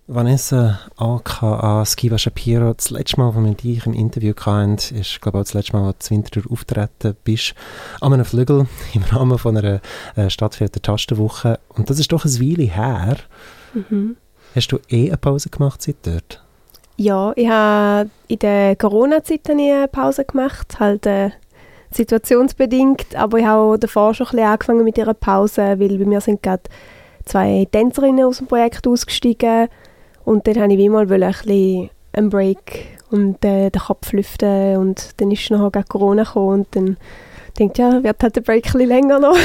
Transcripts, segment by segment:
Vanessa aka Skiva Shapiro, das letzte Mal, als wir dich im Interview hatten, ist, glaube ich, auch das letzte Mal, als du Winterthur auftreten bist, an einem Flügel im Rahmen von einer stattfindenden Tastenwoche. Und das ist doch eine Weile her. Mhm. Hast du eine Pause gemacht seit dort? Ja, ich habe in der Corona-Zeit eine Pause gemacht, halt situationsbedingt, aber ich habe auch davor schon ein bisschen angefangen mit ihrer Pause, weil bei mir sind gerade 2 Tänzerinnen aus dem Projekt ausgestiegen und dann wollte ich wie mal ein bisschen einen Break und den Kopf lüften und dann ist nachher gerade Corona gekommen und dann denkt ja, wird halt der Break ein bisschen länger noch.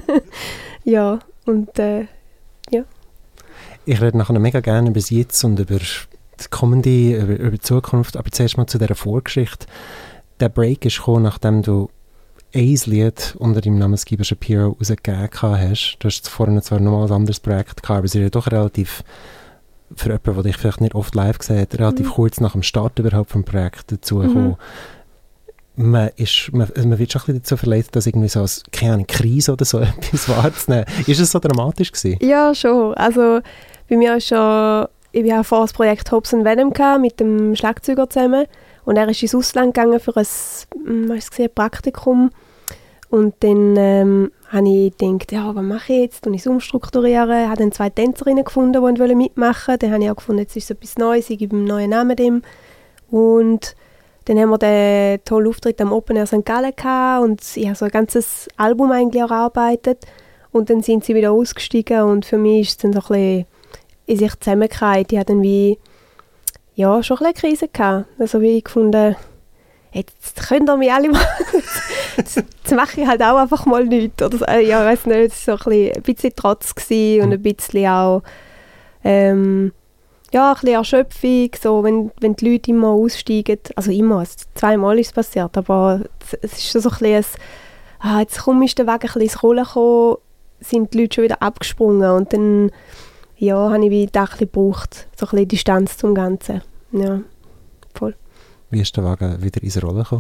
Ja, und ja. Ich rede nachher mega gerne über das Jetzt und über die kommende, über die Zukunft, aber zuerst mal zu dieser Vorgeschichte. Der Break ist gekommen, nachdem du ein Lied unter dem Namen Skiva Shapiro rausgegeben hast. Du hast vorhin zwar nochmal ein anderes Projekt gehabt, aber es ist ja doch relativ, für jemanden, der dich vielleicht nicht oft live gesehen hat, relativ kurz nach dem Start überhaupt vom Projekt dazu gekommen. Man wird schon ein bisschen dazu verleitet, dass irgendwie so eine Krise oder so etwas wahrzunehmen. Ist es so dramatisch gewesen? Ja, schon. Also bei mir ist schon, ich habe vorher das Projekt Hobbs & Venom gehabt, mit dem Schlagzeuger zusammen. Und er ist ins Ausland gegangen für ein Praktikum. Und dann habe ich gedacht, ja, was mache ich jetzt? Und ich umstrukturieren. Ich habe dann 2 Tänzerinnen gefunden, die mitmachen wollten. Dann habe ich auch gefunden, jetzt ist es etwas Neues, ich gebe einen neuen Namen dem. Und dann haben wir den tollen Auftritt am Open Air St. Gallen gehabt und ich habe so ein ganzes Album eigentlich erarbeitet. Und dann sind sie wieder ausgestiegen und für mich ist es dann so ein bisschen in sich zusammengefallen. Ich hatte dann wie ja, schon ein bisschen eine Krise gehabt. Also wie ich gefunden, jetzt könnt ihr mich alle mal, jetzt mache ich halt auch einfach mal nichts. Oder so. Ja, ich weiss nicht, es war so ein bisschen Trotz gewesen und ein bisschen auch ja, ein bisschen Erschöpfung, so, wenn die Leute immer aussteigen. Also immer, 2-mal ist es passiert, aber es ist so ein bisschen jetzt ist der Weg ein bisschen ins Rollen gekommen, sind die Leute schon wieder abgesprungen und dann ja, habe ich wie ein bisschen gebraucht, so ein bisschen Distanz zum Ganzen. Ja, voll. Wie ist der Wagen wieder ins Rollen gekommen?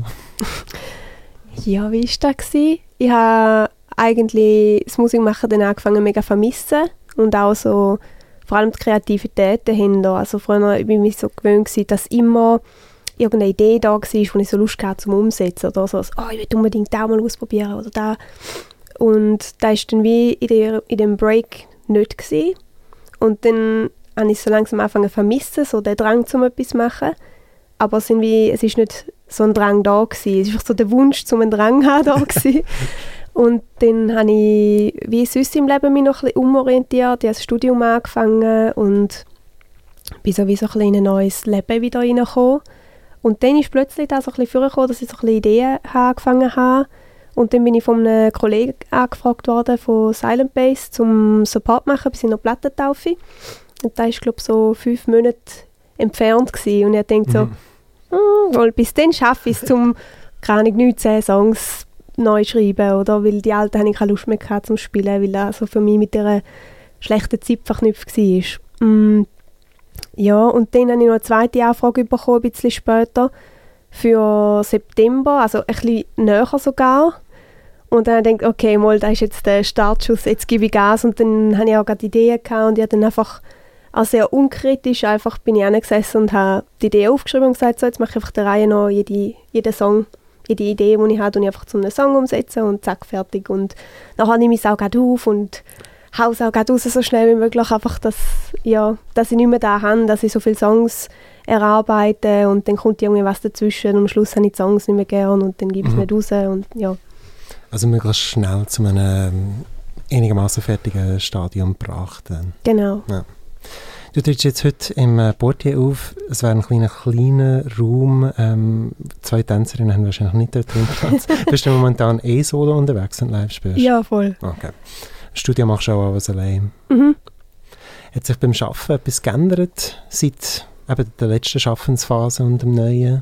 Ja, wie war das? Ich habe eigentlich das Musikmachen dann angefangen mega vermissen und auch so, vor allem die Kreativität dahinter. Also früher war ich mich so gewöhnt, dass immer irgendeine Idee da war, die ich so Lust hatte zum Umsetzen. Oder so, ich will unbedingt da mal ausprobieren oder da. Und das war dann wie in dem Break nicht gewesen. Und dann habe ich so langsam angefangen zu vermissen, so den Drang, um etwas zu machen. Aber es war nicht so ein Drang da gewesen. Es war einfach so der Wunsch, einen Drang zu haben, da gewesen. Und dann habe ich, wie sonst im Leben, mich noch ein bisschen umorientiert. Ich habe das Studium angefangen und bin so ein bisschen in ein neues Leben wieder reingekommen. Und dann ist plötzlich da so ein bisschen vorgekommen, dass ich so ein bisschen Ideen angefangen habe. Und dann bin ich von einem Kollegen angefragt worden, von Silent Bass, zum Support machen bei seiner Plattentaufe. Und da war, glaube ich, so 5 Monate entfernt gewesen. Und ich dachte so, bis dann schaffe ich es, um, keine Ahnung, 19 Songs neu zu schreiben. Oder? Weil die alten hatte ich keine Lust mehr gehabt, zum Spielen, weil das so für mich mit dieser schlechten Zeit verknüpft war. Ja, und dann habe ich noch eine zweite Anfrage bekommen, ein bisschen später, für September, also ein bisschen näher sogar. Und dann habe ich gedacht, okay, mal, das ist jetzt der Startschuss, jetzt gebe ich Gas. Und dann hatte ich auch gerade Ideen gehabt und ich habe dann einfach auch sehr unkritisch einfach bin ich hingesessen und habe die Idee aufgeschrieben und gesagt, so, jetzt mache ich einfach der Reihe noch jeden Song, jede Idee, die ich habe, und ich einfach zu einem Song umsetzen und zack, fertig. Und dann nehme ich es auch gerade auf und haue es auch gerade raus, so schnell wie möglich, einfach, dass ich nicht mehr da habe, dass ich so viele Songs erarbeite und dann kommt irgendwie was dazwischen und am Schluss habe ich die Songs nicht mehr gern und dann gebe ich es nicht raus und ja. Also möglichst schnell zu einem einigermaßen fertigen Stadium gebracht. Genau. Ja. Du trittst jetzt heute im Portier auf. Es wäre ein kleiner Raum. 2 Tänzerinnen haben wahrscheinlich nicht dort drin Platz. Bist du momentan solo unterwegs und live spielst? Ja, voll. Okay. Studio machst du auch alles allein. Hat sich beim Arbeiten etwas geändert seit eben der letzten Schaffensphase und dem neuen?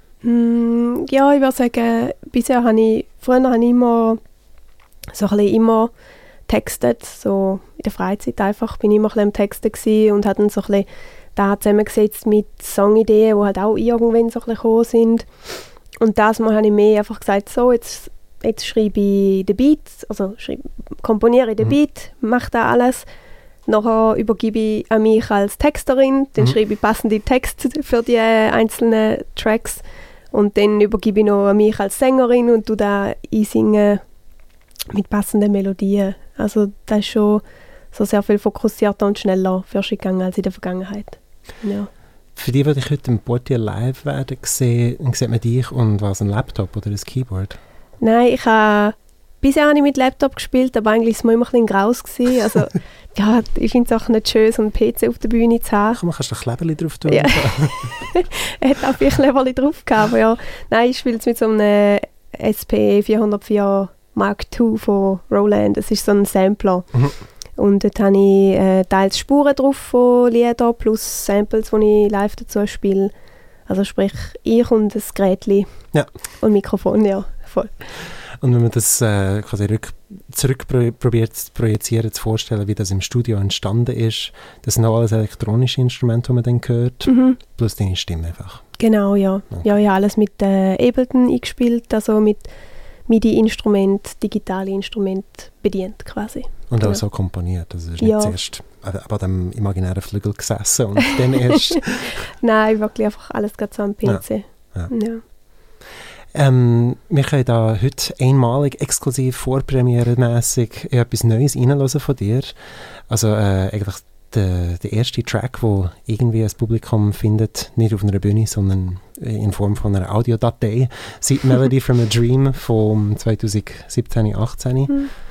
Ja, ich würde sagen, früher habe ich immer so ein bisschen immer textet, so in der Freizeit einfach, bin ich immer ein bisschen am Texten gewesen und habe dann so ein bisschen da zusammengesetzt mit Songideen, die halt auch irgendwann so ein bisschen gekommen sind. Und das Mal habe ich mehr einfach gesagt, so, jetzt schreibe ich den Beat, also komponiere ich den Beat, mache da alles. nachher übergebe ich an mich als Texterin, dann schreibe ich passende Texte für die einzelnen Tracks und dann übergebe ich noch an mich als Sängerin und tue da einsingen mit passenden Melodien. Also das ist schon so sehr viel fokussierter und schneller gegangen als in der Vergangenheit. Ja. Für die, die dich heute im Portier live werden sehen, sieht man dich und was, ein Laptop oder ein Keyboard? Nein, bisher habe ich mit Laptop gespielt, aber eigentlich war es mir immer ein bisschen graus gewesen. Also, ja, ich finde es auch nicht schön, so einen PC auf der Bühne zu haben. Ach, man kannst du ein Kleberli drauf tun. Ja. Er hat auch viel Kleberli drauf gehabt, aber ja. Nein, ich spiele es mit so einem SP 404 Mark II von Roland. Das ist so ein Sampler. Und dort habe ich teils Spuren drauf von Liedern plus Samples, die ich live dazu spiele. Also sprich, ich und das Gerätchen und Mikrofon, ja, voll. Und wenn man das quasi zurück probiert zu projizieren, zu vorstellen, wie das im Studio entstanden ist, das sind auch alles elektronische Instrumente, die man dann hört, plus deine Stimme einfach. Genau, ja. Okay. Ja, ich habe alles mit Ableton eingespielt, also mit MIDI-Instrument, digitale Instrument bedient quasi. Und auch so komponiert, also es ist nicht zuerst an dem imaginären Flügel gesessen und dann erst... Nein, wirklich einfach alles gerade so am PC. Ja. Wir können da heute einmalig, exklusiv, vorpremierenmässig etwas Neues reinhören von dir. Also eigentlich der erste Track, der irgendwie das Publikum findet, nicht auf einer Bühne, sondern in Form von einer Audiodatei. «Sweet Melody from a Dream» von 2017-18.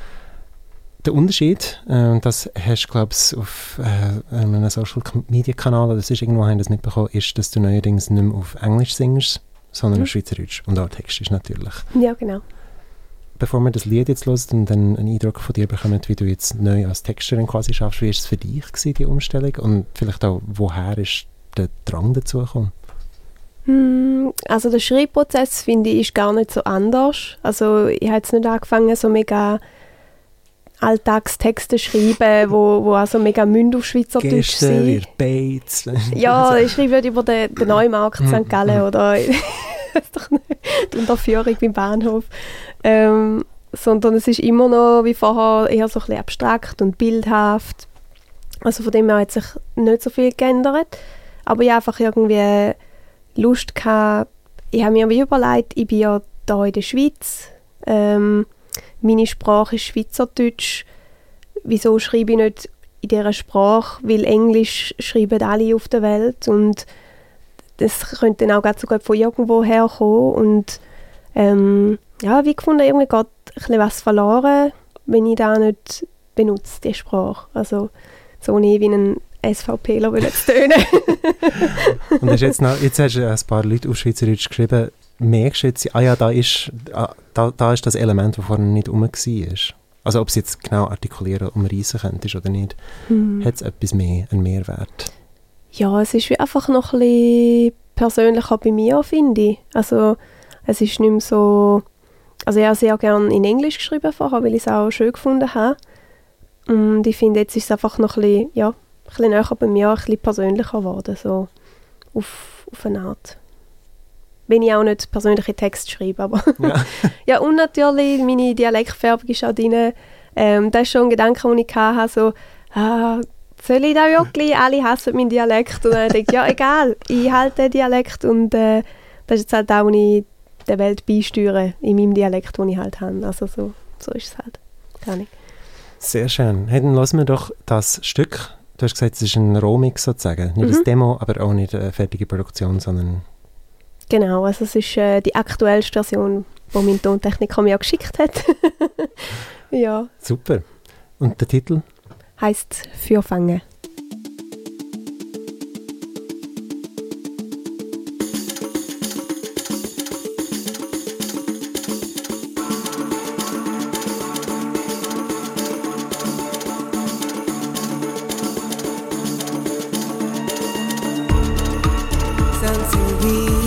Der Unterschied, das hast du, glaube ich, auf einem Social-Media-Kanal, das ist irgendwo, haben das mitbekommen, ist, dass du neuerdings nicht mehr auf Englisch singst, sondern auf Schweizerdeutsch und auch Text ist natürlich. Ja, genau. Bevor wir das Lied jetzt hören und dann einen Eindruck von dir bekommen, wie du jetzt neu als Texterin quasi schaffst, wie war es für dich gewesen, die Umstellung? Und vielleicht auch, woher ist der Drang dazu gekommen? Also der Schreibprozess, finde ich, ist gar nicht so anders. Also ich habe jetzt nicht angefangen, so mega Alltagstexte schreiben, wo also mega münd auf Schweizerdeutsch sind. Gestern wird Bates. Ja, ich schreibe nicht über den Neumarkt St. Gallen oder die Unterführung beim Bahnhof. Sondern es ist immer noch wie vorher eher so ein bisschen abstrakt und bildhaft. Also von dem her hat sich nicht so viel geändert. Aber ich habe einfach irgendwie Lust gehabt. Ich habe mir wie überlegt, ich bin ja hier in der Schweiz. Meine Sprache ist Schweizerdeutsch. Wieso schreibe ich nicht in dieser Sprache? Weil Englisch schreiben alle auf der Welt und das könnte dann auch so gut von irgendwo herkommen. Und wie gefunden, irgendwie geht ein bisschen was verloren, wenn ich da nicht benutze, die Sprache. Also so nicht wie ein SVPler zu tönen. Und jetzt hast du ein paar Leute auf Schweizerdeutsch geschrieben. Merkst du jetzt, da ist das Element, das vorher nicht rum war. Also ob es jetzt genau artikulieren und umreissen könntest oder nicht, hat es etwas mehr, einen Mehrwert? Ja, es ist wie einfach noch ein bisschen persönlicher bei mir, finde ich. Also es ist nicht mehr so... Also ich habe sehr gerne in Englisch geschrieben vorher, weil ich es auch schön gefunden habe. Und ich finde, jetzt ist es einfach noch ein bisschen näher bei mir, ein bisschen persönlicher geworden, so auf eine Art. Wenn ich auch nicht persönliche Texte schreibe, aber ja, und natürlich, meine Dialektfärbung ist auch drin. Das ist schon ein Gedanke, den ich hatte, so, soll ich da wirklich? Alle hassen meinen Dialekt. Und dann denke ich, ja, egal, ich halte den Dialekt und das ist jetzt halt auch, wo ich der Welt beisteuere, in meinem Dialekt, den ich halt habe. Also so ist es halt. Kann ich. Sehr schön. Hey, dann lassen wir doch das Stück. Du hast gesagt, es ist ein Rohmix sozusagen. Nicht ein Demo, aber auch nicht eine fertige Produktion, sondern... Genau, also es ist die aktuellste Version, die mein Tontechniker mir geschickt hat. Ja. Super. Und der Titel? Heißt «Fürfangen». Something we